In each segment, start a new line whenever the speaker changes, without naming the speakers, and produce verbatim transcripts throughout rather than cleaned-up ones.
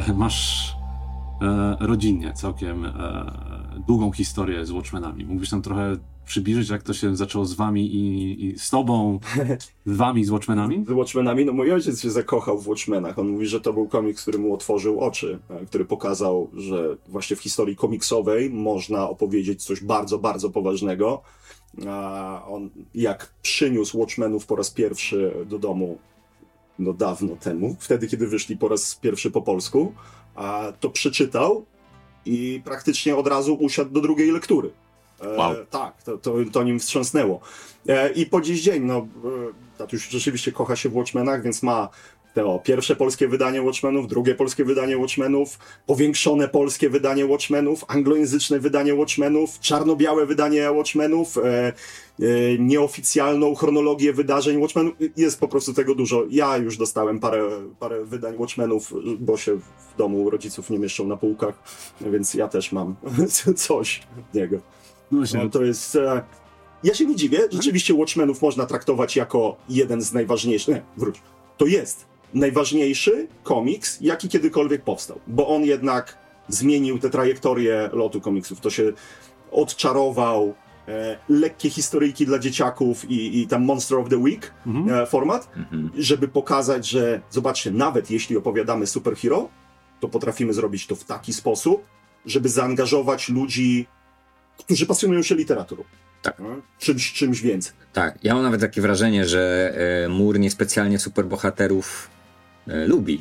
e, masz e, rodzinnie całkiem e, długą historię z Watchmenami. Mógłbyś tam trochę przybliżyć, jak to się zaczęło z wami i, i z tobą, z wami z Watchmenami?
Z Watchmenami? No mój ojciec się zakochał w Watchmenach. On mówi, że to był komiks, który mu otworzył oczy, który pokazał, że właśnie w historii komiksowej można opowiedzieć coś bardzo, bardzo poważnego. A on jak przyniósł Watchmenów po raz pierwszy do domu, no dawno temu, wtedy kiedy wyszli po raz pierwszy po polsku, a to przeczytał i praktycznie od razu usiadł do drugiej lektury.
Wow.
E, tak, to, to, to nim wstrząsnęło. E, I po dziś dzień, no, e, tatuś rzeczywiście kocha się w Watchmenach, więc ma to pierwsze polskie wydanie Watchmenów, drugie polskie wydanie Watchmenów, powiększone polskie wydanie Watchmenów, anglojęzyczne wydanie Watchmenów, czarno-białe wydanie Watchmenów, e, e, nieoficjalną chronologię wydarzeń Watchmenów. Jest po prostu tego dużo. Ja już dostałem parę, parę wydań Watchmenów, bo się w domu rodziców nie mieszczą na półkach, więc ja też mam coś od niego.
No właśnie.
No, to jest... E, ja się nie dziwię. Rzeczywiście Watchmenów można traktować jako jeden z najważniejszych... Nie, wróć. To jest najważniejszy komiks, jaki kiedykolwiek powstał. Bo on jednak zmienił tę trajektorię lotu komiksów. To się odczarował e, lekkie historyjki dla dzieciaków i, i tam Monster of the Week mhm. e, format, mhm. żeby pokazać, że zobaczcie, nawet jeśli opowiadamy superhero, to potrafimy zrobić to w taki sposób, żeby zaangażować ludzi, którzy pasjonują się literaturą.
Tak.
Czymś, czymś więcej.
Tak, ja mam nawet takie wrażenie, że e, Moore niespecjalnie superbohaterów e, lubi.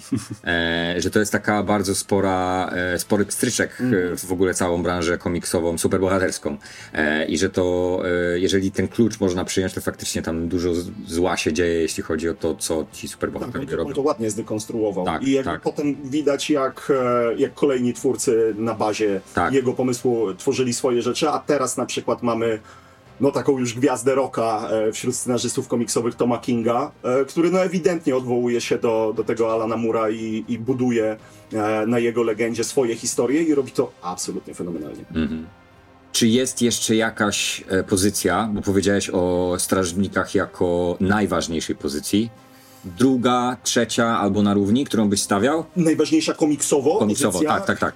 E, że to jest taka bardzo spora, e, spory pstryczek mm. w ogóle całą branżę komiksową, superbohaterską. E, I że to, e, jeżeli ten klucz można przyjąć, to faktycznie tam dużo zła się dzieje, jeśli chodzi o to, co ci superbohaterowie
tak,
robią.
On to ładnie zdekonstruował.
Tak,
I jak
tak.
potem widać, jak, jak kolejni twórcy na bazie tak. jego pomysłu tworzyli swoje rzeczy, a teraz na przykład mamy no taką już gwiazdę rocka e, wśród scenarzystów komiksowych Toma Kinga, e, który no ewidentnie odwołuje się do, do tego Alana Moore'a i, i buduje e, na jego legendzie swoje historie i robi to absolutnie fenomenalnie.
Mhm. Czy jest jeszcze jakaś e, pozycja, bo powiedziałeś o strażnikach jako najważniejszej pozycji, druga, trzecia albo na równi, którą byś stawiał?
Najważniejsza komiksowo?
Komiksowo,
pozycja?
tak, tak, tak.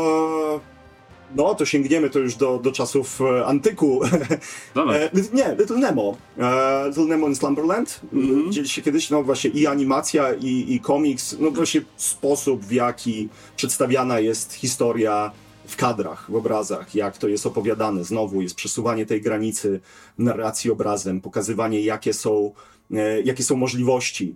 E... No, to sięgniemy to już do, do czasów e, antyku. e, nie, Little Nemo. E, Little Nemo in Slumberland. Mm-hmm. Widzieliście kiedyś, no właśnie i animacja, i, i komiks, no właśnie sposób, w jaki przedstawiana jest historia w kadrach, w obrazach, jak to jest opowiadane. Znowu jest przesuwanie tej granicy narracji obrazem, pokazywanie, jakie są, e, jakie są możliwości.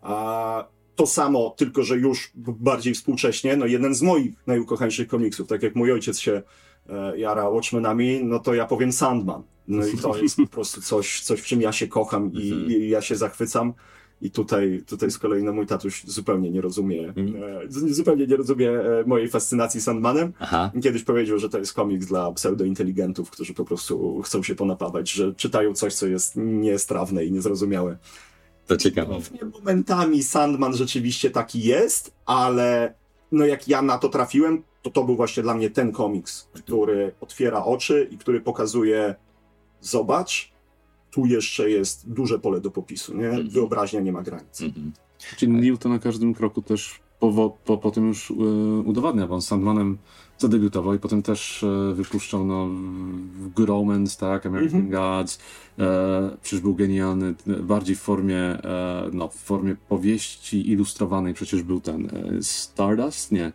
A to samo, tylko że już bardziej współcześnie, no jeden z moich najukochańszych komiksów, tak jak mój ojciec się e, jara Watchmenami, no to ja powiem Sandman. No i to jest po prostu coś, coś w czym ja się kocham i, mm-hmm. i ja się zachwycam. I tutaj, tutaj z kolei no, mój tatuś zupełnie nie rozumie, mm. e, zupełnie nie rozumie e, mojej fascynacji Sandmanem. Aha. Kiedyś powiedział, że to jest komiks dla pseudointeligentów, którzy po prostu chcą się ponapawać, że czytają coś, co jest niestrawne i niezrozumiałe.
To ciekawe.
Momentami Sandman rzeczywiście taki jest, ale no jak ja na to trafiłem, to to był właśnie dla mnie ten komiks, który otwiera oczy i który pokazuje, zobacz, tu jeszcze jest duże pole do popisu, nie? Mm-hmm. Wyobraźnia nie ma granic. Mm-hmm.
Czyli Neil to na każdym kroku też po, po, po tym już e, udowadnia, bo on z Sandmanem zadebiutował i potem też e, wypuszczał no, w Gromans, tak, American mm-hmm. Gods, e, przecież był genialny, bardziej w formie, e, no, w formie powieści ilustrowanej, przecież był ten e, Stardust, nie?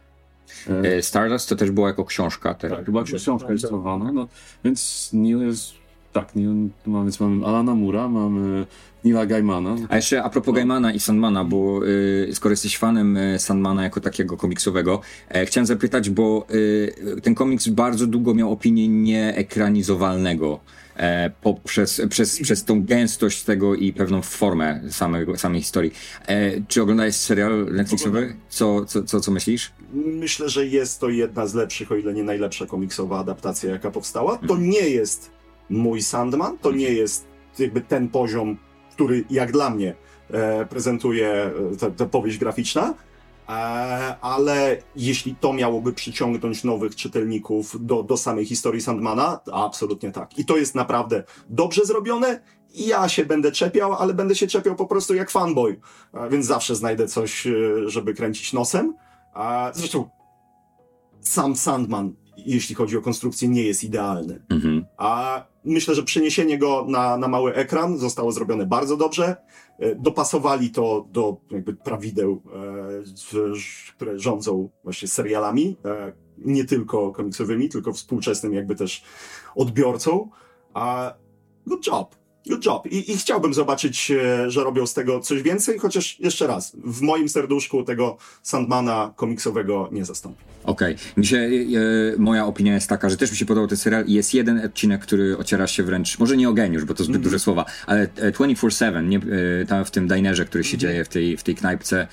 E, Stardust to też była jako książka. Tak,
tak była książka ilustrowana, no, więc Neil jest, tak, Neil, mamy, więc mamy Alana Moore'a, mamy Neila Gaimana.
A jeszcze a propos no. Gaimana i Sandmana, bo y, skoro jesteś fanem y, Sandmana jako takiego komiksowego, e, chciałem zapytać, bo y, ten komiks bardzo długo miał opinię nieekranizowalnego e, poprzez, przez, przez tą gęstość tego i pewną formę samego, samej historii. E, czy oglądałeś serial Netflixowy? Co, co, co, co myślisz?
Myślę, że jest to jedna z lepszych, o ile nie najlepsza komiksowa adaptacja, jaka powstała. To nie jest mój Sandman, to nie jest jakby ten poziom, który jak dla mnie e, prezentuje ta, ta powieść graficzna, e, ale jeśli to miałoby przyciągnąć nowych czytelników do, do samej historii Sandmana, to absolutnie tak. I to jest naprawdę dobrze zrobione. Ja się będę czepiał, ale będę się czepiał po prostu jak fanboy, e, więc zawsze znajdę coś, e, żeby kręcić nosem. A zresztą sam Sandman, jeśli chodzi o konstrukcję, nie jest idealny. Mhm. A myślę, że przeniesienie go na, na mały ekran zostało zrobione bardzo dobrze. Dopasowali to do jakby prawideł, e, które rządzą właśnie serialami, e, nie tylko komiksowymi, tylko współczesnym jakby też odbiorcą. A good job. Good job. I, I chciałbym zobaczyć, że robią z tego coś więcej, chociaż jeszcze raz, w moim serduszku tego Sandmana komiksowego nie zastąpi.
Okej. Okay. Mi się, e, moja opinia jest taka, że też mi się podobał ten serial i jest jeden odcinek, który ociera się wręcz, może nie o geniusz, bo to zbyt mm-hmm. duże słowa, ale dwadzieścia cztery siedem, nie, e, tam w tym dinerze, który się mm-hmm. dzieje w tej, w tej knajpce,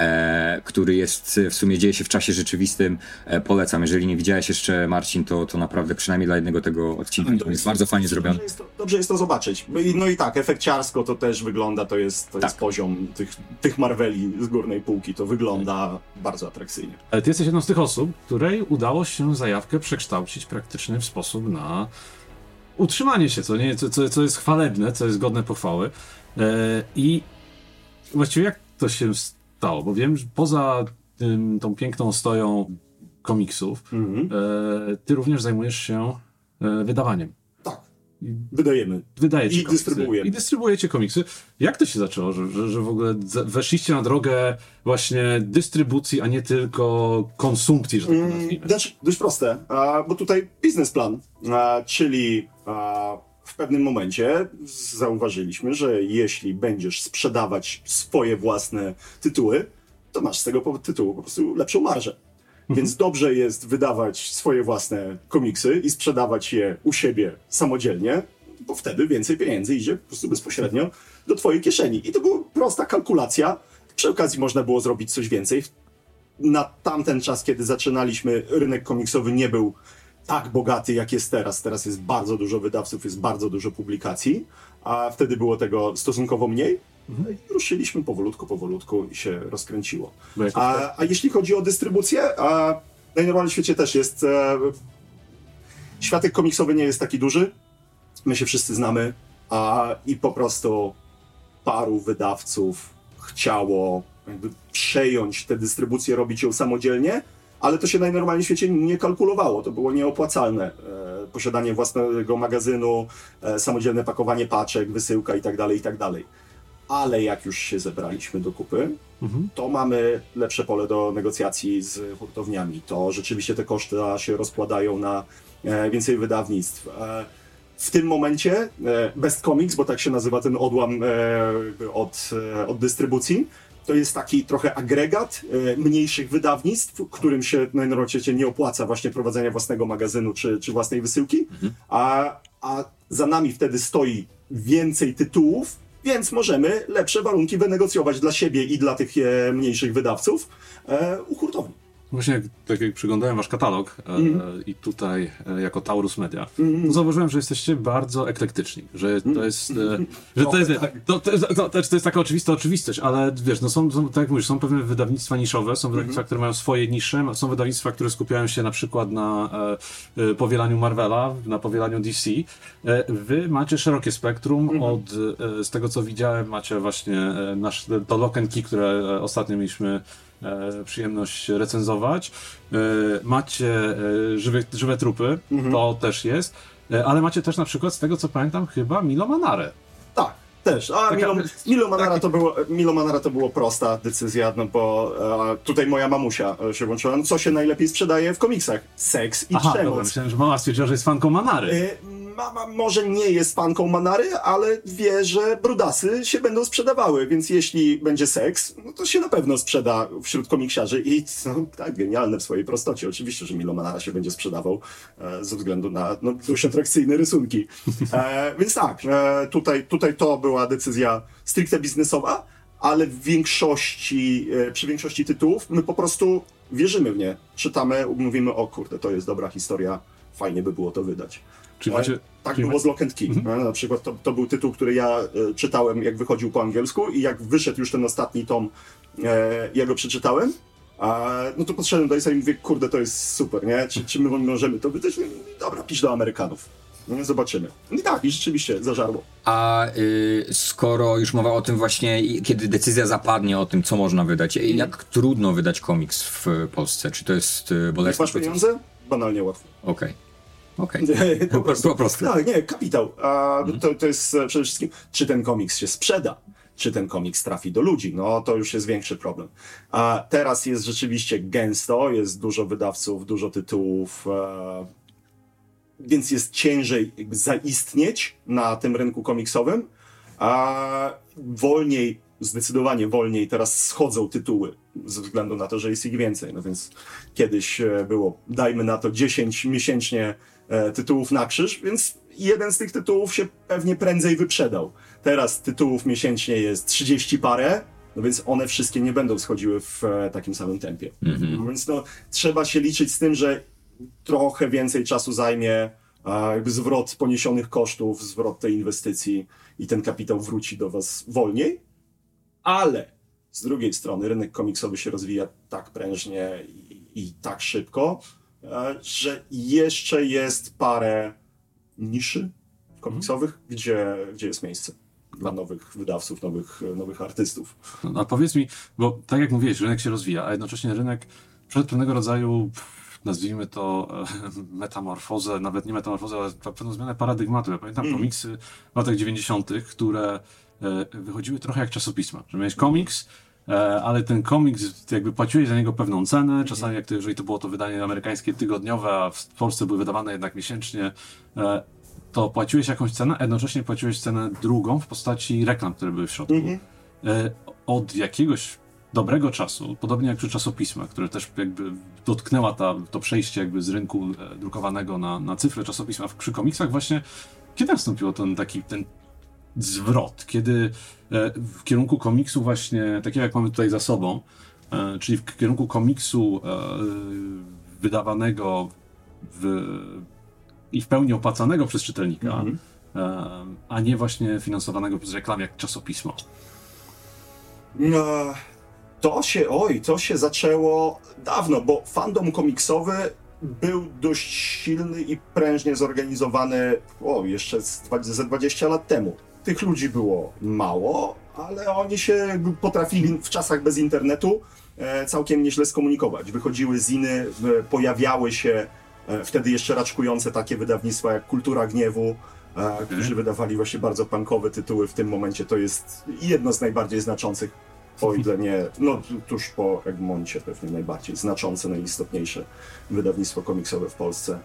e, który jest, w sumie dzieje się w czasie rzeczywistym, e, polecam. Jeżeli nie widziałeś jeszcze, Marcin, to, to naprawdę przynajmniej dla jednego tego odcinka, to, to jest bardzo fajnie zrobione.
Dobrze jest to, dobrze jest to zobaczyć. No i tak, efekciarsko to też wygląda, to jest, to tak. jest poziom tych, tych Marveli z górnej półki, to wygląda tak. bardzo atrakcyjnie.
Ale ty jesteś jedną z tych osób, której udało się zajawkę przekształcić praktycznie w sposób na utrzymanie się, co, nie, co, co jest chwalebne, co jest godne pochwały. E, I właściwie jak to się stało? Bo wiem, że poza tym, tą piękną stoją komiksów, mm-hmm. e, ty również zajmujesz się e, wydawaniem.
Wydajemy.
Wydajecie
I komiksy. dystrybuujemy.
I dystrybuujecie komiksy. Jak to się zaczęło, że, że, że w ogóle weszliście na drogę właśnie dystrybucji, a nie tylko konsumpcji, że tak to nazwijmy?
Znaczy, dość proste, bo tutaj biznesplan, czyli w pewnym momencie zauważyliśmy, że jeśli będziesz sprzedawać swoje własne tytuły, to masz z tego tytułu po prostu lepszą marżę. Więc dobrze jest wydawać swoje własne komiksy i sprzedawać je u siebie samodzielnie, bo wtedy więcej pieniędzy idzie po prostu bezpośrednio do twojej kieszeni. I to była prosta kalkulacja. Przy okazji można było zrobić coś więcej. Na tamten czas, kiedy zaczynaliśmy, rynek komiksowy nie był tak bogaty, jak jest teraz. Teraz jest bardzo dużo wydawców, jest bardzo dużo publikacji, a wtedy było tego stosunkowo mniej. Mhm. I ruszyliśmy powolutku, powolutku i się rozkręciło. A, a jeśli chodzi o dystrybucję, a najnormalniej w świecie też jest... E, światek komiksowy nie jest taki duży. My się wszyscy znamy. A, I po prostu paru wydawców chciało jakby przejąć tę dystrybucję, robić ją samodzielnie, ale to się najnormalniej w świecie nie kalkulowało. To było nieopłacalne. E, posiadanie własnego magazynu, e, samodzielne pakowanie paczek, wysyłka itd., itd. Ale jak już się zebraliśmy do kupy, mhm. to mamy lepsze pole do negocjacji z hurtowniami. To rzeczywiście te koszty się rozkładają na e, więcej wydawnictw. E, w tym momencie e, Best Comics, bo tak się nazywa ten odłam e, od, e, od dystrybucji, to jest taki trochę agregat e, mniejszych wydawnictw, którym się najnormalniej nie opłaca właśnie prowadzenia własnego magazynu czy, czy własnej wysyłki, mhm. a, a za nami wtedy stoi więcej tytułów, więc możemy lepsze warunki wynegocjować dla siebie i dla tych e, mniejszych wydawców e, u hurtowni.
Właśnie jak, tak jak przyglądałem wasz katalog e, mm. i tutaj e, jako Taurus Media, mm. to zauważyłem, że jesteście bardzo eklektyczni, że to jest, e, że to jest, to, to, to, to, to jest taka oczywista oczywistość, ale wiesz, no są, są, tak jak mówisz, są pewne wydawnictwa niszowe, są wydawnictwa, mm. które mają swoje nisze, są wydawnictwa, które skupiają się na przykład na e, e, powielaniu Marvela, na powielaniu D C. E, wy macie szerokie spektrum, mm. od, e, z tego co widziałem, macie właśnie e, nasz, to Lock and Key, które e, ostatnio mieliśmy E, przyjemność recenzować. E, macie e, żywe, żywe trupy, mhm. to też jest, e, ale macie też na przykład, z tego co pamiętam, chyba Milo Manarę.
Tak, też. A Taka, Milo, Milo, Manara taki... to było, Milo Manara to była prosta decyzja, no bo e, tutaj moja mamusia się włączyła. No, co się najlepiej sprzedaje w komiksach? Seks i
Aha,
przemoc.
Dobra, myślałem, że mama stwierdziła, że jest fanką Manary.
E, Mama może nie jest fanką Manary, ale wie, że brudasy się będą sprzedawały, więc jeśli będzie seks, no to się na pewno sprzeda wśród komiksiarzy i no, tak, genialne w swojej prostocie. Oczywiście, że Milo Manara się będzie sprzedawał e, ze względu na no, dość atrakcyjne rysunki. E, więc tak, e, tutaj, tutaj to była decyzja stricte biznesowa, ale w większości, e, przy większości tytułów my po prostu wierzymy w nie. Czytamy, mówimy, o kurde, to jest dobra historia, fajnie by było to wydać.
Czyli macie,
tak
czyli
było z Lock and Key. Mhm. Na przykład to, to był tytuł, który ja e, czytałem, jak wychodził po angielsku i jak wyszedł już ten ostatni tom, e, ja go przeczytałem, a, no to podszedłem do Isa i mówię, kurde, to jest super, nie? Czy, czy my możemy to wydać? Dobra, pisz do Amerykanów. No, zobaczymy. I tak, i rzeczywiście zażarło.
A y, skoro już mowa o tym właśnie, kiedy decyzja zapadnie o tym, co można wydać, jak trudno wydać komiks w Polsce? Czy to jest y, bolesne?
Jak masz pieniądze? Banalnie łatwo.
Okej. Okay. Okay. po, prostu. po prostu.
Tak, nie, kapitał. A, mm. to, to jest przede wszystkim, czy ten komiks się sprzeda, czy ten komiks trafi do ludzi. No to już jest większy problem. A teraz jest rzeczywiście gęsto, jest dużo wydawców, dużo tytułów, e, więc jest ciężej jakby zaistnieć na tym rynku komiksowym, a wolniej, zdecydowanie wolniej teraz schodzą tytuły ze względu na to, że jest ich więcej. No więc kiedyś było, dajmy na to, dziesięć miesięcznie e, tytułów na krzyż, więc jeden z tych tytułów się pewnie prędzej wyprzedał. Teraz tytułów miesięcznie jest trzydzieści parę, no więc one wszystkie nie będą schodziły w e, takim samym tempie. Mm-hmm. Więc no, trzeba się liczyć z tym, że trochę więcej czasu zajmie a, jakby zwrot poniesionych kosztów, zwrot tej inwestycji i ten kapitał wróci do was wolniej, ale z drugiej strony rynek komiksowy się rozwija tak prężnie i, i tak szybko, a, że jeszcze jest parę niszy komiksowych, mm. gdzie, gdzie jest miejsce dla nowych wydawców, nowych, nowych artystów.
No, a powiedz mi, bo tak jak mówiłeś, rynek się rozwija, a jednocześnie rynek przed pewnego rodzaju, nazwijmy to metamorfozę, nawet nie metamorfozę, ale pewną zmianę paradygmatu. Ja pamiętam mm. komiksy w latach dziewięćdziesiątych, które e, wychodziły trochę jak czasopisma. Że miałeś komiks, e, ale ten komiks, jakby płaciłeś za niego pewną cenę, czasami jak to, jeżeli to było to wydanie amerykańskie tygodniowe, a w Polsce były wydawane jednak miesięcznie, e, to płaciłeś jakąś cenę, a jednocześnie płaciłeś cenę drugą w postaci reklam, które były w środku. Mm-hmm. E, od jakiegoś dobrego czasu, podobnie jak przy czasopismach, które też jakby dotknęła ta, to przejście jakby z rynku e, drukowanego na, na cyfrę czasopisma, przy komiksach właśnie, kiedy nastąpił ten taki ten zwrot, kiedy e, w kierunku komiksu właśnie, takiego jak mamy tutaj za sobą, e, czyli w kierunku komiksu e, wydawanego w, i w pełni opłacanego przez czytelnika, mm-hmm. e, a nie właśnie finansowanego przez reklam jak czasopismo.
No. To się, oj, to się zaczęło dawno, bo fandom komiksowy był dość silny i prężnie zorganizowany, o, jeszcze ze dwadzieścia lat temu. Tych ludzi było mało, ale oni się potrafili w czasach bez internetu e, całkiem nieźle skomunikować. Wychodziły ziny, pojawiały się e, wtedy jeszcze raczkujące takie wydawnictwa jak Kultura Gniewu, e, którzy wydawali właśnie bardzo punkowe tytuły. W tym momencie to jest jedno z najbardziej znaczących, o ile nie, no tuż po Egmoncie pewnie najbardziej znaczące, najistotniejsze wydawnictwo komiksowe w Polsce.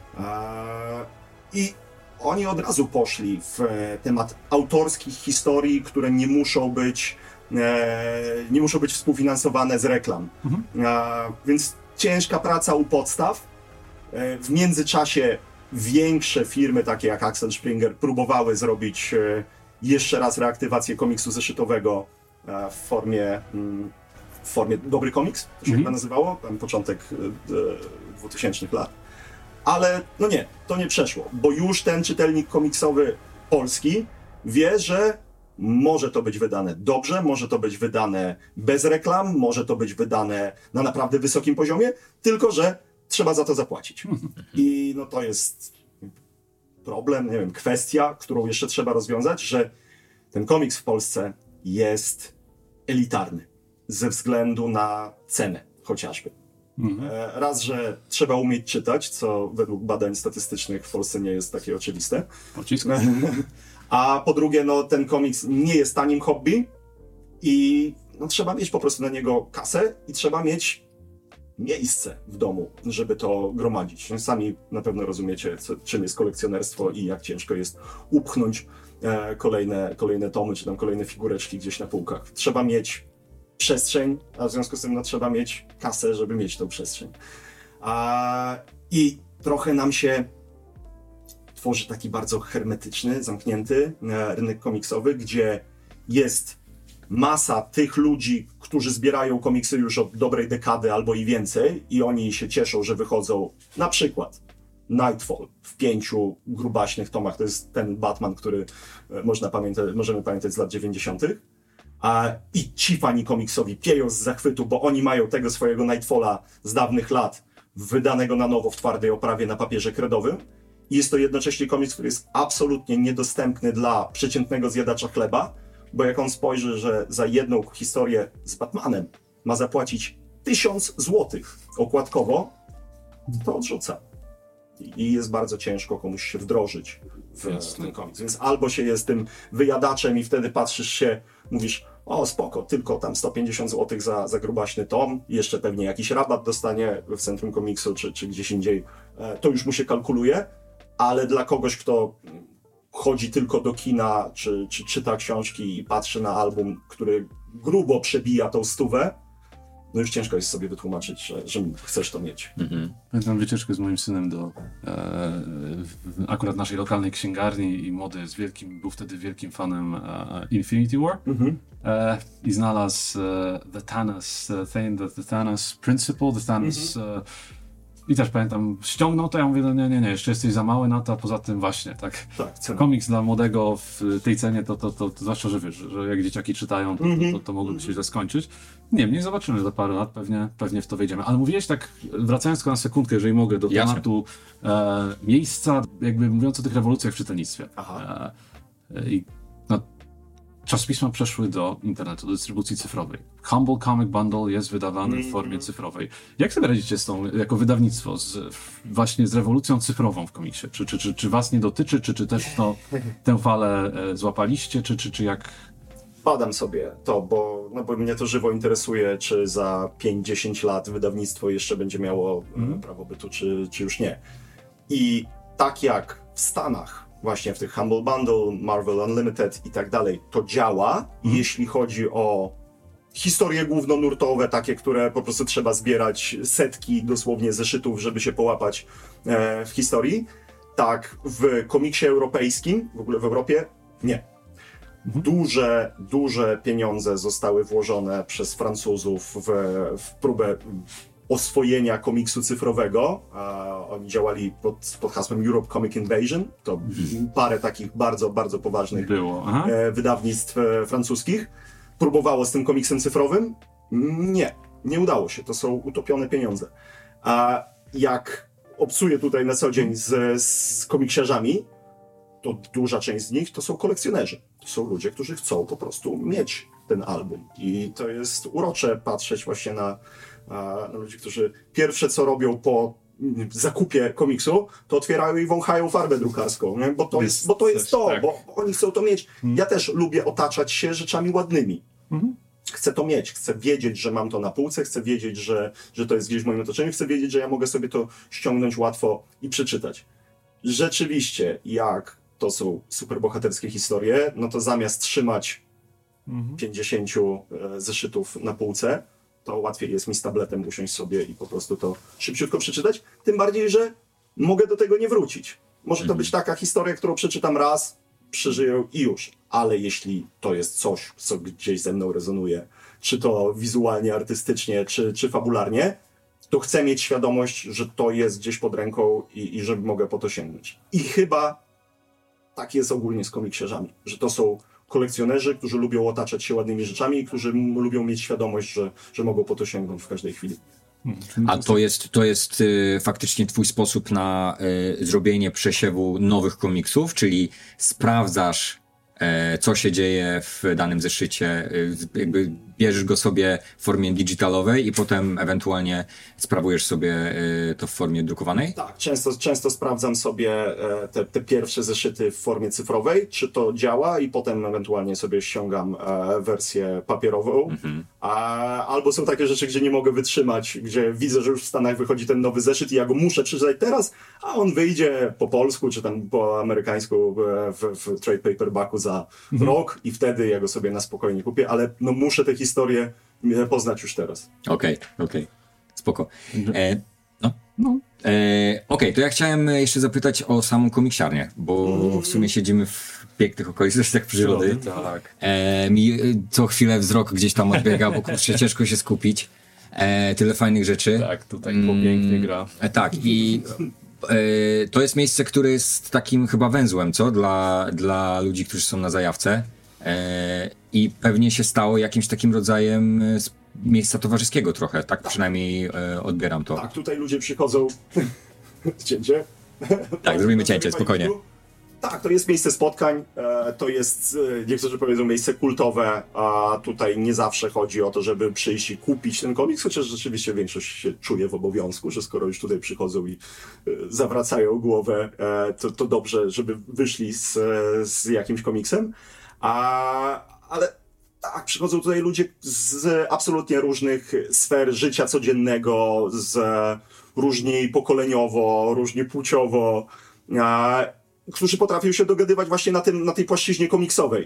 Eee, I oni od razu poszli w temat autorskich historii, które nie muszą być, e, nie muszą być współfinansowane z reklam. Mhm. Eee, więc ciężka praca u podstaw. E, w międzyczasie większe firmy, takie jak Axel Springer, próbowały zrobić e, jeszcze raz reaktywację komiksu zeszytowego w formie, w formie dobry komiks, to się mm-hmm. chyba nazywało, tam początek dwutysięcznych lat. Ale no nie, to nie przeszło, bo już ten czytelnik komiksowy polski wie, że może to być wydane dobrze, może to być wydane bez reklam, może to być wydane na naprawdę wysokim poziomie, tylko że trzeba za to zapłacić. Mm-hmm. I no to jest problem, nie wiem, kwestia, którą jeszcze trzeba rozwiązać, że ten komiks w Polsce jest elitarny ze względu na cenę chociażby. Mhm. Raz, że trzeba umieć czytać, co według badań statystycznych w Polsce nie jest takie oczywiste.
Pocisk.
A po drugie, no, ten komiks nie jest tanim hobby i no, trzeba mieć po prostu na niego kasę i trzeba mieć miejsce w domu, żeby to gromadzić. Sami na pewno rozumiecie, co, czym jest kolekcjonerstwo i jak ciężko jest upchnąć e, kolejne, kolejne tomy, czy tam kolejne figureczki gdzieś na półkach. Trzeba mieć przestrzeń, a w związku z tym no, trzeba mieć kasę, żeby mieć tą przestrzeń. A, I trochę nam się tworzy taki bardzo hermetyczny, zamknięty e, rynek komiksowy, gdzie jest masa tych ludzi, którzy zbierają komiksy już od dobrej dekady albo i więcej i oni się cieszą, że wychodzą na przykład Nightfall w pięciu grubaśnych tomach. To jest ten Batman, który można pamiętać, możemy pamiętać z lat dziewięćdziesiątych. A, I ci fani komiksowi pieją z zachwytu, bo oni mają tego swojego Nightfalla z dawnych lat, wydanego na nowo w twardej oprawie na papierze kredowym I jest to jednocześnie komiks, który jest absolutnie niedostępny dla przeciętnego zjadacza chleba, bo jak on spojrzy, że za jedną historię z Batmanem ma zapłacić tysiąc złotych okładkowo, to odrzuca. I jest bardzo ciężko komuś się wdrożyć w, w ten komiks. Więc albo się jest tym wyjadaczem i wtedy patrzysz się, mówisz, o spoko, tylko tam sto pięćdziesiąt złotych za, za grubaśny tom, jeszcze pewnie jakiś rabat dostanie w Centrum Komiksu czy, czy gdzieś indziej, to już mu się kalkuluje, ale dla kogoś, kto chodzi tylko do kina, czy, czy czyta książki i patrzy na album, który grubo przebija tą stówę, no już ciężko jest sobie wytłumaczyć, że, że chcesz to mieć. Mhm.
Pamiętam wycieczkę z moim synem do e, akurat naszej lokalnej księgarni i młody jest wielkim, był wtedy wielkim fanem e, Infinity War mhm. e, i znalazł e, The Thanos the thing, the, the Thanos Principle, The Thanos mhm. e, i też pamiętam, ściągnął to, ja mówię, no nie, nie, nie, jeszcze jesteś za mały na to, a poza tym właśnie, tak, tak komiks dla młodego w tej cenie, to, to, to, to zwłaszcza, że wiesz, że jak dzieciaki czytają, to, mm-hmm. to, to, to mogłoby się źle skończyć. Nie, nie zobaczymy za parę lat, pewnie, pewnie w to wejdziemy. Ale mówiłeś tak, wracając tylko na sekundkę, jeżeli mogę, do Jasne. tematu e, miejsca, jakby mówiąc o tych rewolucjach w czytelnictwie. Aha. E, i, no, czasopisma przeszły do internetu, do dystrybucji cyfrowej. Humble Comic Bundle jest wydawany mm. w formie cyfrowej. Jak sobie radzicie z tą, jako wydawnictwo, z, właśnie z rewolucją cyfrową w komiksie? Czy, czy, czy, czy was nie dotyczy, czy, czy też to, tę falę e, złapaliście, czy, czy, czy jak?
Badam sobie to, bo, no bo mnie to żywo interesuje, czy za pięć dziesięć lat wydawnictwo jeszcze będzie miało mm. prawo bytu, czy, czy już nie. I tak jak w Stanach, właśnie w tych Humble Bundle, Marvel Unlimited i tak dalej, to działa, mm. jeśli chodzi o historie głównonurtowe, takie, które po prostu trzeba zbierać setki dosłownie zeszytów, żeby się połapać e, w historii. Tak, w komiksie europejskim, w ogóle w Europie, nie. Mhm. Duże, duże pieniądze zostały włożone przez Francuzów w, w próbę oswojenia komiksu cyfrowego. A oni działali pod, pod hasłem Europe Comic Invasion. To mhm. parę takich bardzo, bardzo poważnych Było. E, wydawnictw e, francuskich. Próbowało z tym komiksem cyfrowym? Nie, nie udało się. To są utopione pieniądze. A jak obcuję tutaj na co dzień z, z komiksiarzami, to duża część z nich to są kolekcjonerzy. To są ludzie, którzy chcą po prostu mieć ten album. I to jest urocze patrzeć właśnie na, na ludzi, którzy pierwsze co robią po zakupie komiksu, to otwierają i wąchają farbę drukarską, nie? Bo to jest, jest, bo to, jest to, tak. bo, bo oni chcą to mieć. Hmm. Ja też lubię otaczać się rzeczami ładnymi. Hmm. Chcę to mieć, chcę wiedzieć, że mam to na półce, chcę wiedzieć, że, że to jest gdzieś w moim otoczeniu, chcę wiedzieć, że ja mogę sobie to ściągnąć łatwo i przeczytać. Rzeczywiście, jak to są superbohaterskie historie, no to zamiast trzymać hmm. pięćdziesiąt zeszytów na półce, to łatwiej jest mi z tabletem usiąść sobie i po prostu to szybciutko przeczytać. Tym bardziej, że mogę do tego nie wrócić. Może to być taka historia, którą przeczytam raz, przeżyję i już. Ale jeśli to jest coś, co gdzieś ze mną rezonuje, czy to wizualnie, artystycznie, czy, czy fabularnie, to chcę mieć świadomość, że to jest gdzieś pod ręką i, i że mogę po to sięgnąć. I chyba tak jest ogólnie z komiksiarzami, że to są kolekcjonerzy, którzy lubią otaczać się ładnymi rzeczami i którzy m- lubią mieć świadomość, że, że mogą po to sięgnąć w każdej chwili.
A to jest, to jest y, faktycznie twój sposób na y, zrobienie przesiewu nowych komiksów, czyli sprawdzasz, y, co się dzieje w danym zeszycie, y, jakby bierzesz go sobie w formie digitalowej i potem ewentualnie sprawujesz sobie y, to w formie drukowanej?
Tak, często, często sprawdzam sobie e, te, te pierwsze zeszyty w formie cyfrowej, czy to działa i potem ewentualnie sobie ściągam e, wersję papierową. Mhm. A, albo są takie rzeczy, gdzie nie mogę wytrzymać, gdzie widzę, że już w Stanach wychodzi ten nowy zeszyt i ja go muszę przeczytać teraz, a on wyjdzie po polsku, czy tam po amerykańsku w, w trade paperbacku za mhm. rok i wtedy ja go sobie na spokojnie kupię, ale no muszę te historię poznać już teraz.
Okej, okay, okej. Okay. Spoko. E, no. no. E, okej, okay, to ja chciałem jeszcze zapytać o samą komiksiarnię, bo mm. w sumie siedzimy w pięknych okolicznościach przyrody.
Tak.
E, mi co chwilę wzrok gdzieś tam odbiega, bo kurczę, ciężko się skupić. E, tyle fajnych rzeczy.
Tak, tutaj mm, pięknie gra.
E, tak, i e, to jest miejsce, które jest takim chyba węzłem, co? Dla, dla ludzi, którzy są na zajawce. E, I pewnie się stało jakimś takim rodzajem e, miejsca towarzyskiego trochę, tak, tak. Przynajmniej e, odbieram to.
Tak, tutaj ludzie przychodzą, cięcie,
Tak, zrobimy cięcie, spokojnie.
Tak, to jest miejsce spotkań, to jest, niektórzy powiedzą, miejsce kultowe, a tutaj nie zawsze chodzi o to, żeby przyjść i kupić ten komiks, chociaż rzeczywiście większość się czuje w obowiązku, że skoro już tutaj przychodzą i zawracają głowę, to, to dobrze, żeby wyszli z, z jakimś komiksem, a, ale tak, przychodzą tutaj ludzie z absolutnie różnych sfer życia codziennego, z różni pokoleniowo, różnie płciowo, a, którzy potrafią się dogadywać właśnie na, tym, na tej płaszczyźnie komiksowej.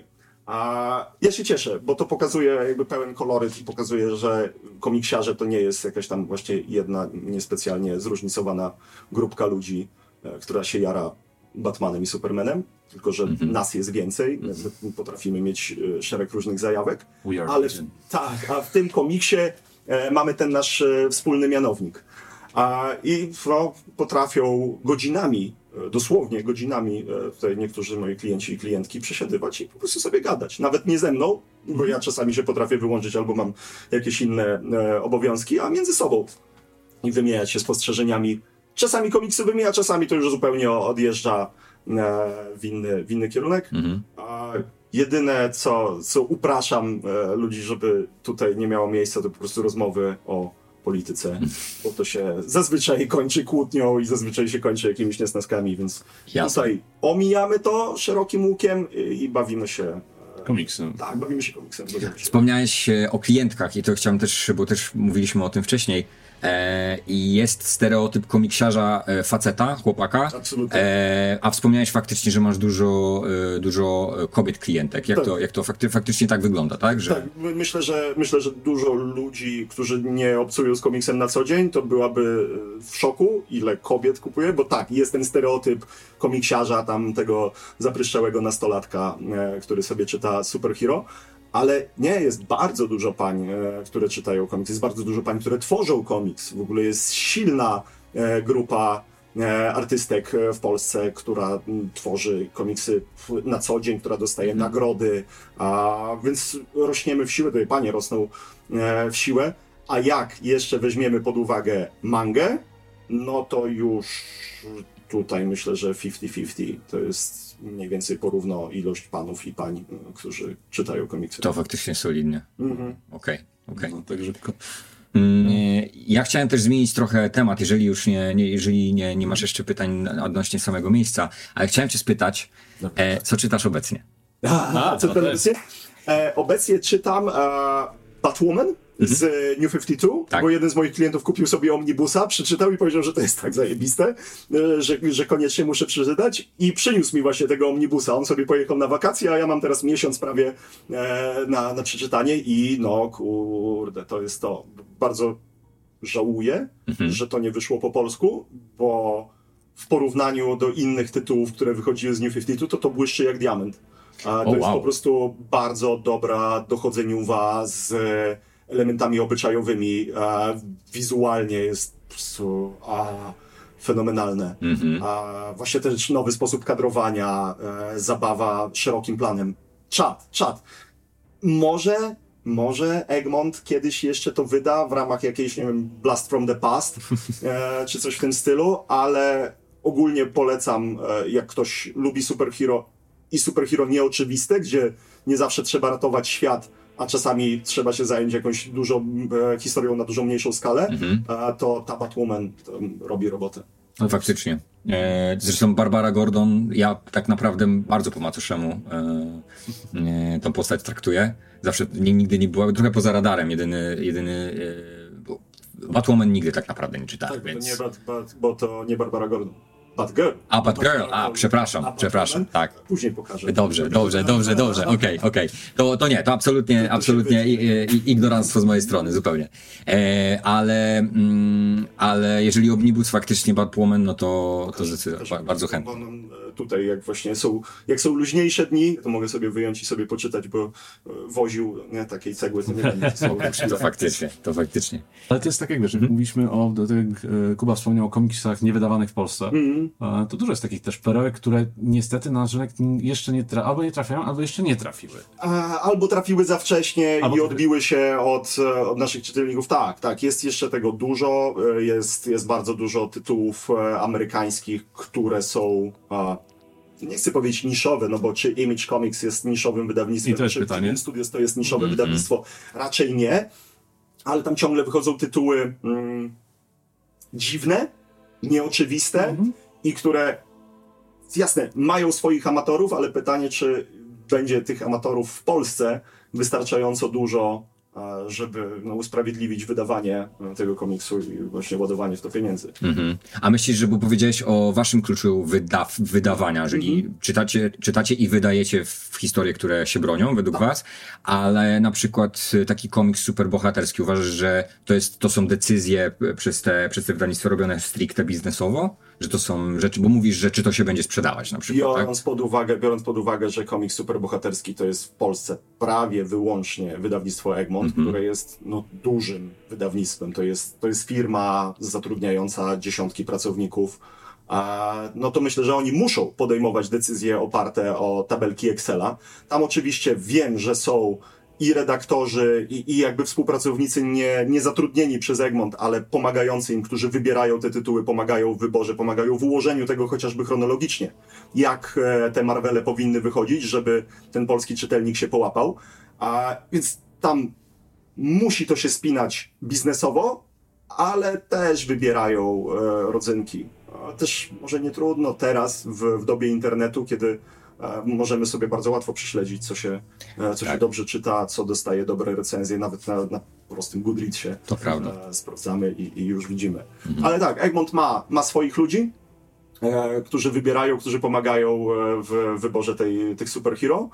A ja się cieszę, bo to pokazuje jakby pełen koloryt i pokazuje, że komiksiarze to nie jest jakaś tam właśnie jedna niespecjalnie zróżnicowana grupka ludzi, która się jara Batmanem i Supermanem, tylko że mm-hmm. nas jest więcej, mm-hmm. potrafimy mieć szereg różnych zajawek, ale w, tak, a w tym komiksie e, mamy ten nasz e, wspólny mianownik. A, I no, potrafią godzinami, dosłownie godzinami, tutaj niektórzy moi klienci i klientki przesiadywać i po prostu sobie gadać. Nawet nie ze mną, bo ja czasami się potrafię wyłączyć albo mam jakieś inne e, obowiązki, a między sobą. I wymieniać się spostrzeżeniami, czasami komiksowymi, a czasami to już zupełnie odjeżdża e, w, inny, w inny kierunek. Mhm. A jedyne, co, co upraszam e, ludzi, żeby tutaj nie miało miejsca, to po prostu rozmowy o polityce, bo to się zazwyczaj kończy kłótnią i zazwyczaj się kończy jakimiś niesnaskami, więc Jasne. Tutaj omijamy to szerokim łukiem i, i bawimy się
komiksem.
Tak, bawimy się komiksem. Bawimy się.
Wspomniałeś o klientkach i to chciałem też, bo też mówiliśmy o tym wcześniej, e, i jest stereotyp komiksiarza e, faceta, chłopaka,
Absolutnie.
E, a wspomniałeś faktycznie, że masz dużo, e, dużo kobiet klientek. Jak tak. to, jak to fakty, faktycznie tak wygląda, tak? Że...
Tak, myślę, że myślę, że dużo ludzi, którzy nie obcują z komiksem na co dzień, to byłaby w szoku, ile kobiet kupuje, bo tak, jest ten stereotyp komiksiarza, tam tego zapryszczałego nastolatka, e, który sobie czyta superhero. Ale nie, jest bardzo dużo pań, e, które czytają komiks, jest bardzo dużo pań, które tworzą komiks. W ogóle jest silna e, grupa e, artystek w Polsce, która m, tworzy komiksy na co dzień, która dostaje mm. nagrody, a więc rośniemy w siłę, tutaj panie rosną e, w siłę. A jak jeszcze weźmiemy pod uwagę mangę, no to już tutaj myślę, że pięćdziesiąt pięćdziesiąt to jest mniej więcej porówno ilość panów i pań, którzy czytają komiksy.
To faktycznie solidnie.
Mhm.
Okej, okej.
No, tak szybko.
Ja chciałem też zmienić trochę temat, jeżeli już nie, nie, jeżeli nie, nie masz jeszcze pytań odnośnie samego miejsca, ale chciałem cię spytać, e, co czytasz obecnie?
A, a co czytam obecnie? E, obecnie czytam e, Batwoman z mm-hmm. New pięćdziesiąt dwa, tak. Bo jeden z moich klientów kupił sobie omnibusa, przeczytał i powiedział, że to jest tak zajebiste, że, że koniecznie muszę przeczytać i przyniósł mi właśnie tego omnibusa. On sobie pojechał na wakacje, a ja mam teraz miesiąc prawie e, na, na przeczytanie i no kurde, to jest to. Bardzo żałuję, mm-hmm. że to nie wyszło po polsku, bo w porównaniu do innych tytułów, które wychodziły z New pięćdziesiąt dwa, to to błyszczy jak diament. A to oh, jest wow. po prostu bardzo dobra dochodzeniowa z elementami obyczajowymi, a wizualnie jest po prostu a, fenomenalne. Mm-hmm. A, właśnie też nowy sposób kadrowania, e, zabawa szerokim planem. Czad, czad. Może, może Egmont kiedyś jeszcze to wyda w ramach jakiejś, nie wiem, Blast from the Past, e, czy coś w tym stylu, ale ogólnie polecam, e, jak ktoś lubi superhero i superhero nieoczywiste, gdzie nie zawsze trzeba ratować świat, a czasami trzeba się zająć jakąś dużą e, historią na dużo mniejszą skalę, mm-hmm. e, to ta Batwoman to robi robotę.
No faktycznie. E, zresztą Barbara Gordon, ja tak naprawdę bardzo po macoszemu e, e, tą postać traktuję. Zawsze nie, nigdy nie była, trochę poza radarem, jedyny, jedyny e, Batwoman nigdy tak naprawdę nie czytałem.
Tak,
więc...
to nie Bat, Bat, bo to nie Barbara Gordon. Batgirl.
A, Batgirl, a, przepraszam, a, przepraszam, tak.
Później pokażę.
Dobrze, dobrze, dobrze, dobrze, okej, okay, okej. Okay. To, to nie, to absolutnie, to absolutnie i, i, ignoranstwo z mojej strony, zupełnie. E, ale, mm, ale jeżeli Omnibus faktycznie Batwoman, no to, to zdecydowanie bardzo chętnie.
tutaj jak właśnie są, jak są luźniejsze dni, to mogę sobie wyjąć i sobie poczytać, bo woził nie, takiej cegły, to nie będzie.
To faktycznie, to faktycznie.
Ale to jest tak jakby, że mm. mówiliśmy o, do, tak jak Kuba wspomniał o komiksach niewydawanych w Polsce, mm. to dużo jest takich też perełek, które niestety na nasz rynek jeszcze nie tra- albo nie trafiają, albo jeszcze nie trafiły.
A, albo trafiły za wcześnie albo i odbiły się od, od naszych czytelników. Tak, tak, jest jeszcze tego dużo, jest, jest bardzo dużo tytułów amerykańskich, które są... A, nie chcę powiedzieć niszowe, no bo czy Image Comics jest niszowym wydawnictwem,
I to jest
czy
pytanie.
Studios to jest niszowe mm-hmm. wydawnictwo? Raczej nie, ale tam ciągle wychodzą tytuły mm, dziwne, nieoczywiste mm-hmm. i które, jasne, mają swoich amatorów, ale pytanie, czy będzie tych amatorów w Polsce wystarczająco dużo, żeby no, usprawiedliwić wydawanie tego komiksu i właśnie ładowanie w to pieniędzy.
Mm-hmm. A myślisz, że bo powiedziałeś o waszym kluczu wyda- wydawania, czyli mm-hmm. czytacie, czytacie i wydajecie w historie, które się bronią według tak. was, ale na przykład taki komiks superbohaterski uważasz, że to, jest, to są decyzje przez te, przez te wydawnictwo robione stricte biznesowo? Że to są rzeczy, bo mówisz, że czy to się będzie sprzedawać na przykład,
biorąc
tak?
pod uwagę, biorąc pod uwagę, że komiks superbohaterski to jest w Polsce prawie wyłącznie wydawnictwo Egmont, mm-hmm. które jest no, dużym wydawnictwem. To jest, to jest firma zatrudniająca dziesiątki pracowników. A, no to myślę, że oni muszą podejmować decyzje oparte o tabelki Excela. Tam oczywiście wiem, że są i redaktorzy, i, i jakby współpracownicy nie, nie zatrudnieni przez Egmont, ale pomagający im, którzy wybierają te tytuły, pomagają w wyborze, pomagają w ułożeniu tego chociażby chronologicznie. Jak e, te Marvele powinny wychodzić, żeby ten polski czytelnik się połapał. A, więc tam musi to się spinać biznesowo, ale też wybierają e, rodzynki. A też może nie trudno teraz w, w dobie internetu, kiedy możemy sobie bardzo łatwo prześledzić, co się, co tak. się dobrze czyta, co dostaje dobre recenzje, nawet na, na prostym Goodreadsie.
To prawda.
Sprawdzamy i, i już widzimy. Mhm. Ale tak, Egmont ma, ma swoich ludzi, e, którzy wybierają, którzy pomagają w wyborze tej, tych superhero.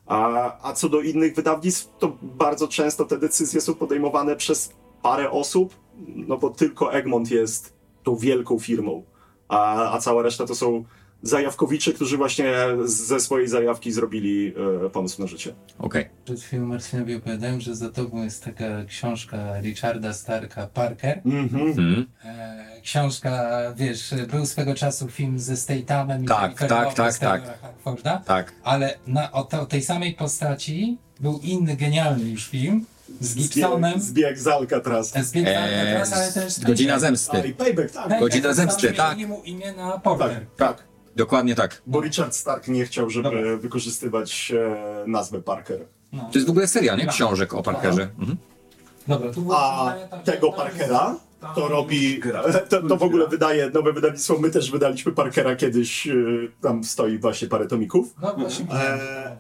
A, a co do innych wydawnictw, to bardzo często te decyzje są podejmowane przez parę osób, no bo tylko Egmont jest tą wielką firmą, a, a cała reszta to są zajawkowicze, którzy właśnie ze swojej zajawki zrobili e, pomysł na życie.
Okej. Okay.
Przed chwilą Marcinowi opowiadałem, że za tobą jest taka książka Richarda Starka Parker. Mm-hmm. E, książka, wiesz, był swego czasu film ze Stathamem
tak,
i
tak, tak, tak.
Harforda,
tak.
Ale na, o, te, o tej samej postaci był inny genialny już film z Gibsonem.
Zbieg z Alcatraz.
Zbieg z Alcatraz, ale też...
Godzina zemsty.
A, i Payback, tak.
Payback,
Godzina zemsty, tak.
mu imię na Porter.
Tak, tak.
Dokładnie tak.
Bo Richard Stark nie chciał, żeby Dobra. wykorzystywać e, nazwę Parker.
No. To jest w ogóle seria, nie? Książek o Parkerze. Mhm.
Dobra, tu
A tego Parkera to robi, to, to w ogóle wydaje nowe wydawnictwo. My też wydaliśmy Parkera kiedyś, tam stoi właśnie parę tomików.
No właśnie.
E,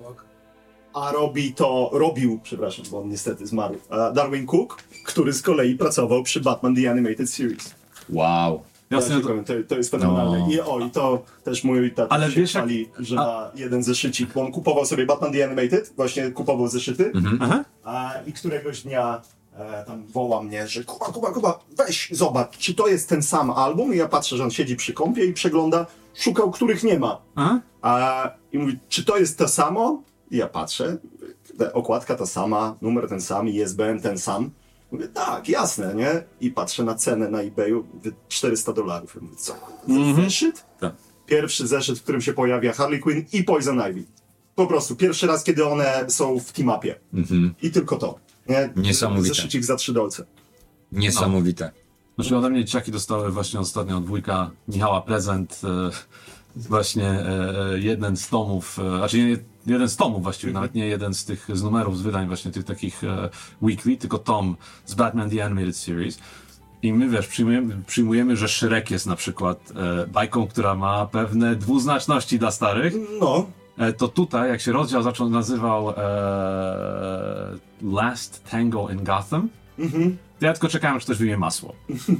a robi to, robił, przepraszam, bo on niestety zmarł, Darwin Cook, który z kolei pracował przy Batman The Animated Series.
Wow.
Jasne, to, to jest fenomenalne. No. I, o, I to też mój tata
Ale
się
wiesz,
chwali, jak... że ma jeden zeszycik, bo on kupował sobie Batman The Animated, właśnie kupował zeszyty, mm-hmm. a, i któregoś dnia e, tam woła mnie, że Kuba, Kuba, Kuba, weź zobacz, czy to jest ten sam album? I ja patrzę, że on siedzi przy kąpie i przegląda, szukał, których nie ma. Aha. A, i mówi, czy to jest to samo? I ja patrzę, okładka ta sama, numer ten sam, I S B N ten sam. Mówię, tak, jasne, nie? I patrzę na cenę na eBayu, mówię, czterysta dolarów. Ja mówię, co? Mm-hmm. Zeszyt? Tak. Pierwszy zeszyt, w którym się pojawia Harley Quinn i Poison Ivy. Po prostu, pierwszy raz, kiedy one są w team-upie. Mm-hmm. I tylko to. Nie?
Niesamowite.
Zeszycik za trzy dolce.
Niesamowite.
No. Znaczy ode mnie dzieciaki dostały właśnie ostatnio od wujka Michała prezent, e, właśnie e, jeden z tomów, e, znaczy nie, jeden z tomów właściwie, mm-hmm. nawet nie jeden z tych z numerów, z wydań właśnie tych takich e, weekly, tylko tom z Batman The Animated Series. I my, wiesz, przyjmujemy, przyjmujemy, że Shrek jest na przykład e, bajką, która ma pewne dwuznaczności dla starych.
No.
E, to tutaj, jak się rozdział zaczął nazywał e, Last Tango in Gotham, mm-hmm. Ja tylko czekałem, aż ktoś wyjmie masło.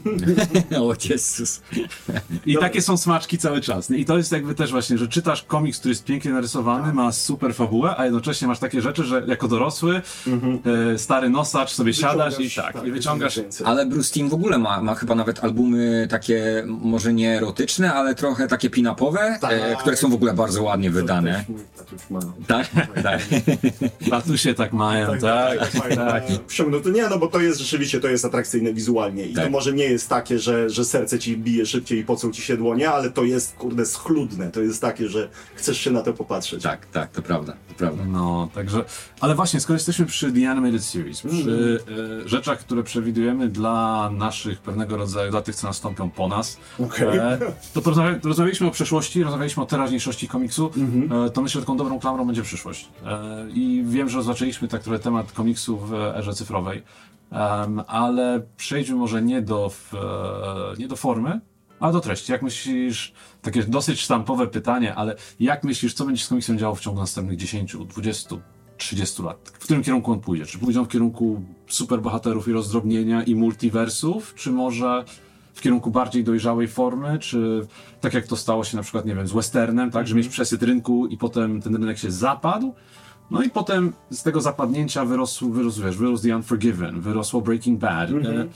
O Jezus.
I Dobra. takie są smaczki cały czas. I to jest jakby też właśnie, że czytasz komiks, który jest pięknie narysowany, ma super fabułę, a jednocześnie masz takie rzeczy, że jako dorosły, mm-hmm. e, stary nosacz sobie wyciągasz siadasz i tak, tak i wyciągasz.
Ale Bruce Timm w ogóle ma, ma chyba nawet albumy takie, może nie erotyczne, ale trochę takie pin-upowe, tak. e, które są w ogóle bardzo ładnie wydane. Tak? Tak.
Tatusie tak mają, tak. tak, tak, tak, tak.
No to nie, no bo to jest rzeczywiście, to jest atrakcyjne wizualnie i tak. to może nie jest takie, że, że serce ci bije szybciej i pocą ci się dłonie, ale to jest, kurde, schludne. To jest takie, że chcesz się na to popatrzeć.
Tak, tak, to prawda, to prawda.
No, także, ale właśnie, skoro jesteśmy przy The Animated Series, przy mm. e, rzeczach, które przewidujemy dla naszych pewnego rodzaju, dla tych, co nastąpią po nas,
okay.
e, to porozmawia, rozmawialiśmy o przeszłości, rozmawialiśmy o teraźniejszości komiksu, mm-hmm. e, to myślę, że taką dobrą klamrą będzie przyszłość. E, I wiem, że zaczęliśmy tak trochę temat komiksu w erze cyfrowej. Um, ale przejdźmy może nie do, w, nie do formy, ale do treści. Jak myślisz, takie dosyć sztampowe pytanie, ale jak myślisz, co będzie z komiksem działo w ciągu następnych dziesięciu, dwudziestu, trzydziestu lat? W którym kierunku on pójdzie? Czy pójdą w kierunku superbohaterów i rozdrobnienia i multiversów, czy może w kierunku bardziej dojrzałej formy, czy tak jak to stało się na przykład, nie wiem, z westernem, tak, mm-hmm. że mieć przesyt rynku i potem ten rynek się zapadł? No i potem z tego zapadnięcia wyrosł, wyrósł, wiesz, wyrósł The Unforgiven, wyrosło Breaking Bad. Mm-hmm.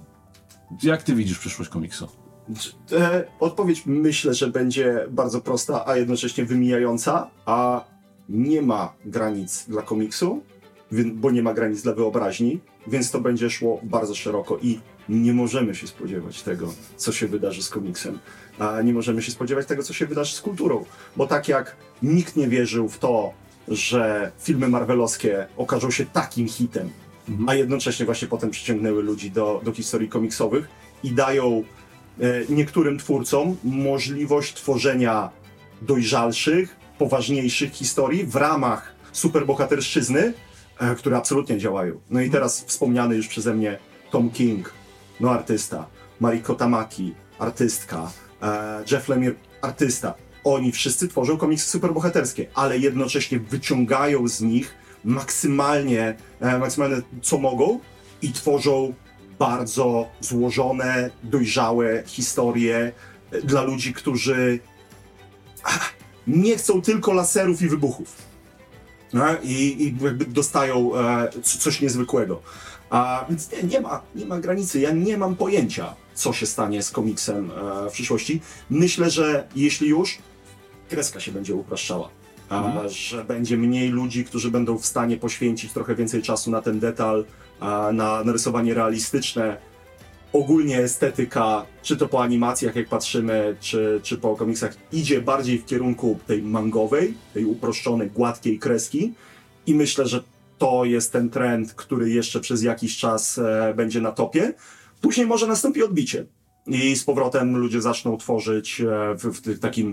Jak ty widzisz przyszłość komiksu?
E, odpowiedź myślę, że będzie bardzo prosta, a jednocześnie wymijająca, a nie ma granic dla komiksu, bo nie ma granic dla wyobraźni, więc to będzie szło bardzo szeroko i nie możemy się spodziewać tego, co się wydarzy z komiksem. A nie możemy się spodziewać tego, co się wydarzy z kulturą, bo tak jak nikt nie wierzył w to, że filmy marvelowskie okażą się takim hitem, mhm. a jednocześnie właśnie potem przyciągnęły ludzi do, do historii komiksowych i dają e, niektórym twórcom możliwość tworzenia dojrzalszych, poważniejszych historii w ramach superbohaterszczyzny, e, które absolutnie działają. No i teraz wspomniany już przeze mnie Tom King, no artysta, Mariko Tamaki, artystka, e, Jeff Lemire, artysta. Oni wszyscy tworzą komiksy superbohaterskie, ale jednocześnie wyciągają z nich maksymalnie, e, maksymalnie co mogą i tworzą bardzo złożone, dojrzałe historie dla ludzi, którzy ach, nie chcą tylko laserów i wybuchów. No? I, I jakby dostają e, coś niezwykłego. A, więc nie, nie, ma, nie ma granicy. Ja nie mam pojęcia, co się stanie z komiksem e, w przyszłości. Myślę, że jeśli już, kreska się będzie upraszczała. A, mhm. że będzie mniej ludzi, którzy będą w stanie poświęcić trochę więcej czasu na ten detal, a, na narysowanie realistyczne. Ogólnie estetyka, czy to po animacjach, jak patrzymy, czy, czy po komiksach, idzie bardziej w kierunku tej mangowej, tej uproszczonej, gładkiej kreski. I myślę, że to jest ten trend, który jeszcze przez jakiś czas e, będzie na topie. Później może nastąpi odbicie. I z powrotem ludzie zaczną tworzyć e, w, w takim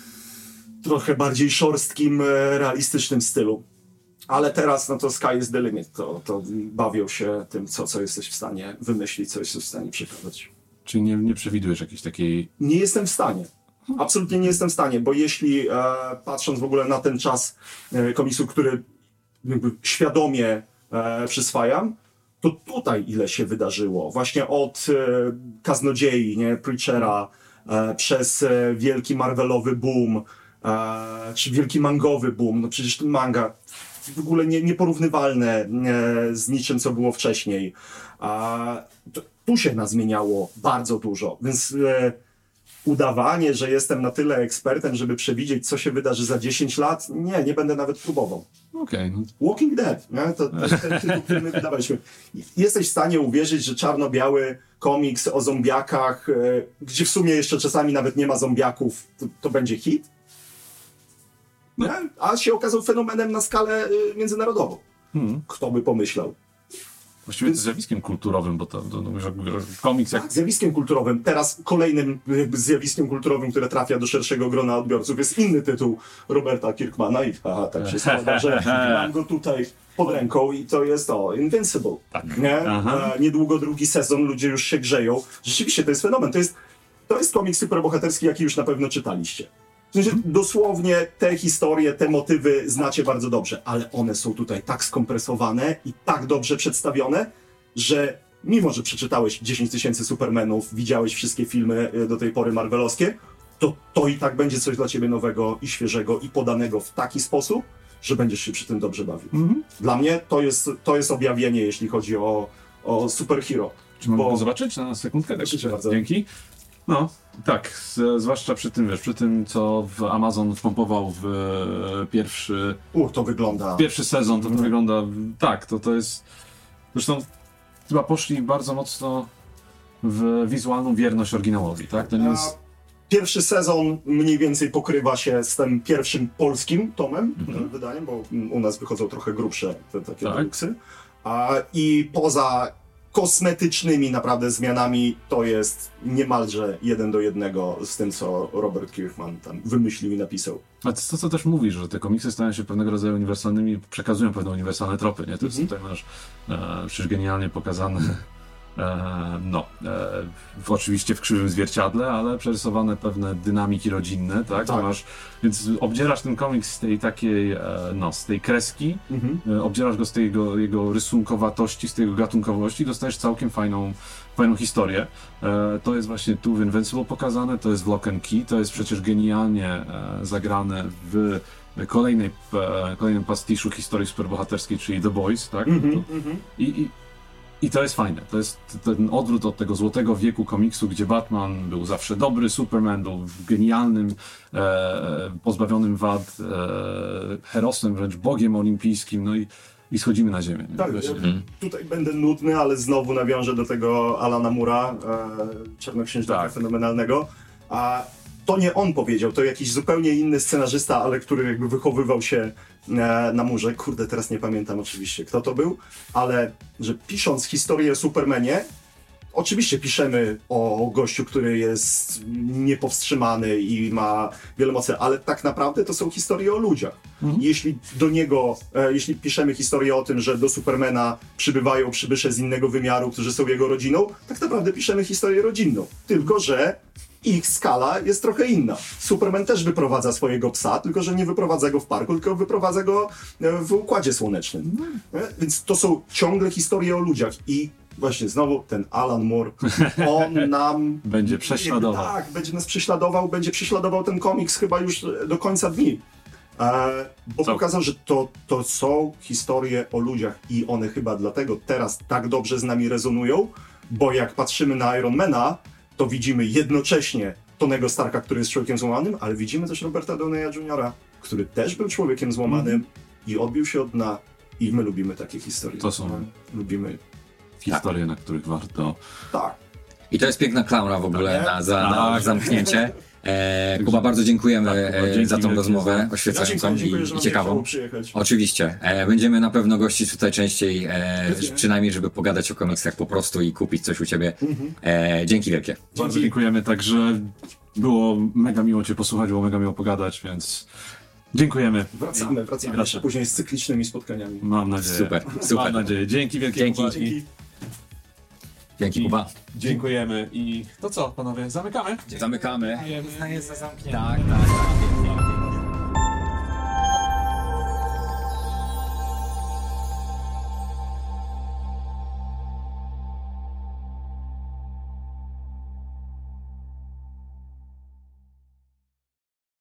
trochę bardziej szorstkim, e, realistycznym stylu. Ale teraz, no to sky is the limit. To, to bawią się tym, co, co jesteś w stanie wymyślić, co jesteś w stanie przekazać.
Czyli nie, nie przewidujesz jakiejś takiej...
Nie jestem w stanie. Absolutnie nie jestem w stanie, bo jeśli, e, patrząc w ogóle na ten czas e, komiksu, który jakby świadomie e, przyswajam, to tutaj ile się wydarzyło. Właśnie od e, Kaznodziei, nie, Preachera, e, przez e, wielki Marvelowy boom, e, czy wielki mangowy boom. No przecież ten manga w ogóle nie, nieporównywalne e, z niczym, co było wcześniej. E, to, tu się nazmieniało bardzo dużo, więc e, udawanie, że jestem na tyle ekspertem, żeby przewidzieć, co się wydarzy za dziesięć lat, nie, nie będę nawet próbował.
Okay.
Walking Dead, nie? To, to jest ten tytuł, który my wydawaliśmy. Jesteś w stanie uwierzyć, że czarno-biały komiks o zombiakach, e, gdzie w sumie jeszcze czasami nawet nie ma zombiaków, to, to będzie hit? Nie? A się okazał fenomenem na skalę e, międzynarodową. Hmm. Kto by pomyślał?
Właściwie to zjawiskiem kulturowym, bo to, to, to komiks jak...
Tak, zjawiskiem kulturowym. Teraz kolejnym jakby zjawiskiem kulturowym, które trafia do szerszego grona odbiorców, jest inny tytuł Roberta Kirkmana i aha, tak się składa, że mam go tutaj pod ręką i to jest to Invincible. Tak. Nie? A, niedługo drugi sezon, ludzie już się grzeją. Rzeczywiście to jest fenomen. To jest, to jest komiks superbohaterski, jaki już na pewno czytaliście. W sensie, dosłownie te historie, te motywy znacie bardzo dobrze, ale one są tutaj tak skompresowane i tak dobrze przedstawione, że mimo że przeczytałeś dziesięć tysięcy Supermanów, widziałeś wszystkie filmy do tej pory marvelowskie, to to i tak będzie coś dla ciebie nowego i świeżego i podanego w taki sposób, że będziesz się przy tym dobrze bawił. Mm-hmm. Dla mnie to jest, to jest objawienie, jeśli chodzi o, o superhero.
Czy mogę bo... zobaczyć na sekundkę? Tak, dzięki. No, tak, z, zwłaszcza przy tym, wiesz, przy tym, co w Amazon wpompował w e, pierwszy...
Uch, to wygląda...
Pierwszy sezon, to, to mm. wygląda... Tak, to to jest... Zresztą chyba poszli bardzo mocno w wizualną wierność oryginałowi, tak? To nie jest...
Pierwszy sezon mniej więcej pokrywa się z tym pierwszym polskim tomem, mm-hmm. wydaniem, bo u nas wychodzą trochę grubsze te takie
tak.
deluksy. A i poza kosmetycznymi naprawdę zmianami to jest niemalże jeden do jednego z tym, co Robert Kirkman tam wymyślił i napisał.
A to, co też mówisz, że te komiksy stają się pewnego rodzaju uniwersalnymi, przekazują pewne uniwersalne tropy, nie? To jest mm-hmm. tutaj masz e, przecież genialnie pokazane. E, no, e, w, oczywiście w krzywym zwierciadle, ale przerysowane pewne dynamiki rodzinne, tak? tak. Masz, więc obdzierasz ten komiks z tej takiej, e, no, z tej kreski, mhm. e, obdzierasz go z tej jego, jego rysunkowatości, z tej jego gatunkowości i dostajesz całkiem fajną, fajną historię. E, to jest właśnie tu w Invincible pokazane, to jest w Lock and Key, to jest przecież genialnie e, zagrane w kolejnej, e, kolejnym pastiszu historii superbohaterskiej, czyli The Boys, tak?
Mhm,
to,
mhm.
i, i I to jest fajne, to jest ten odwrót od tego złotego wieku komiksu, gdzie Batman był zawsze dobry, Superman był genialnym, e, pozbawionym wad, e, herosem, wręcz bogiem olimpijskim, no i, i schodzimy na ziemię.
Tak, ja tutaj będę nudny, ale znowu nawiążę do tego Alana Moore'a, e, czarnoksiężnika tak. fenomenalnego. A to nie on powiedział, to jakiś zupełnie inny scenarzysta, ale który jakby wychowywał się e, na murze. Kurde, teraz nie pamiętam oczywiście, kto to był, ale że pisząc historię o Supermanie, oczywiście piszemy o gościu, który jest niepowstrzymany i ma wiele mocy, ale tak naprawdę to są historie o ludziach. Mhm. Jeśli do niego, e, jeśli piszemy historię o tym, że do Supermana przybywają przybysze z innego wymiaru, którzy są jego rodziną, tak naprawdę piszemy historię rodzinną. Tylko że ich skala jest trochę inna. Superman też wyprowadza swojego psa, tylko że nie wyprowadza go w parku, tylko wyprowadza go w Układzie Słonecznym. Mm. Więc to są ciągle historie o ludziach i właśnie znowu ten Alan Moore, on nam...
będzie prześladował.
Tak, będzie nas prześladował, będzie prześladował ten komiks chyba już do końca dni. E, bo Co? pokazał, że to, to są historie o ludziach i one chyba dlatego teraz tak dobrze z nami rezonują, bo jak patrzymy na Ironmana, to widzimy jednocześnie Tonego Starka, który jest człowiekiem złamanym, ale widzimy też Roberta Downeya juniora, który też był człowiekiem złamanym mm. i odbił się od dna. I my lubimy takie historie.
To są
lubimy
historie, tak. na których warto...
Tak.
I to jest piękna klauna w ogóle na, za, na zamknięcie. E, Kuba, bardzo dziękujemy tak, Kuba, za tą rozmowę oświecającą ja i, i ciekawą. Oczywiście. E, będziemy na pewno gościć tutaj częściej, e, przynajmniej żeby pogadać o komiksach po prostu i kupić coś u ciebie. E, dzięki wielkie.
Bardzo dzięki. Dziękujemy, także było mega miło cię posłuchać, było mega miło pogadać, więc dziękujemy.
Wracamy, wracamy jeszcze później z cyklicznymi spotkaniami.
Mam nadzieję.
Super, super.
Mam nadzieję. Dzięki wielkie.
Dzięki.
Kuba.
Dzięki. Dzięki, Kuba.
Dziękujemy i to co, panowie, zamykamy?
Zamykamy.
Uznaję za zamknięte.
Tak, tak, tak.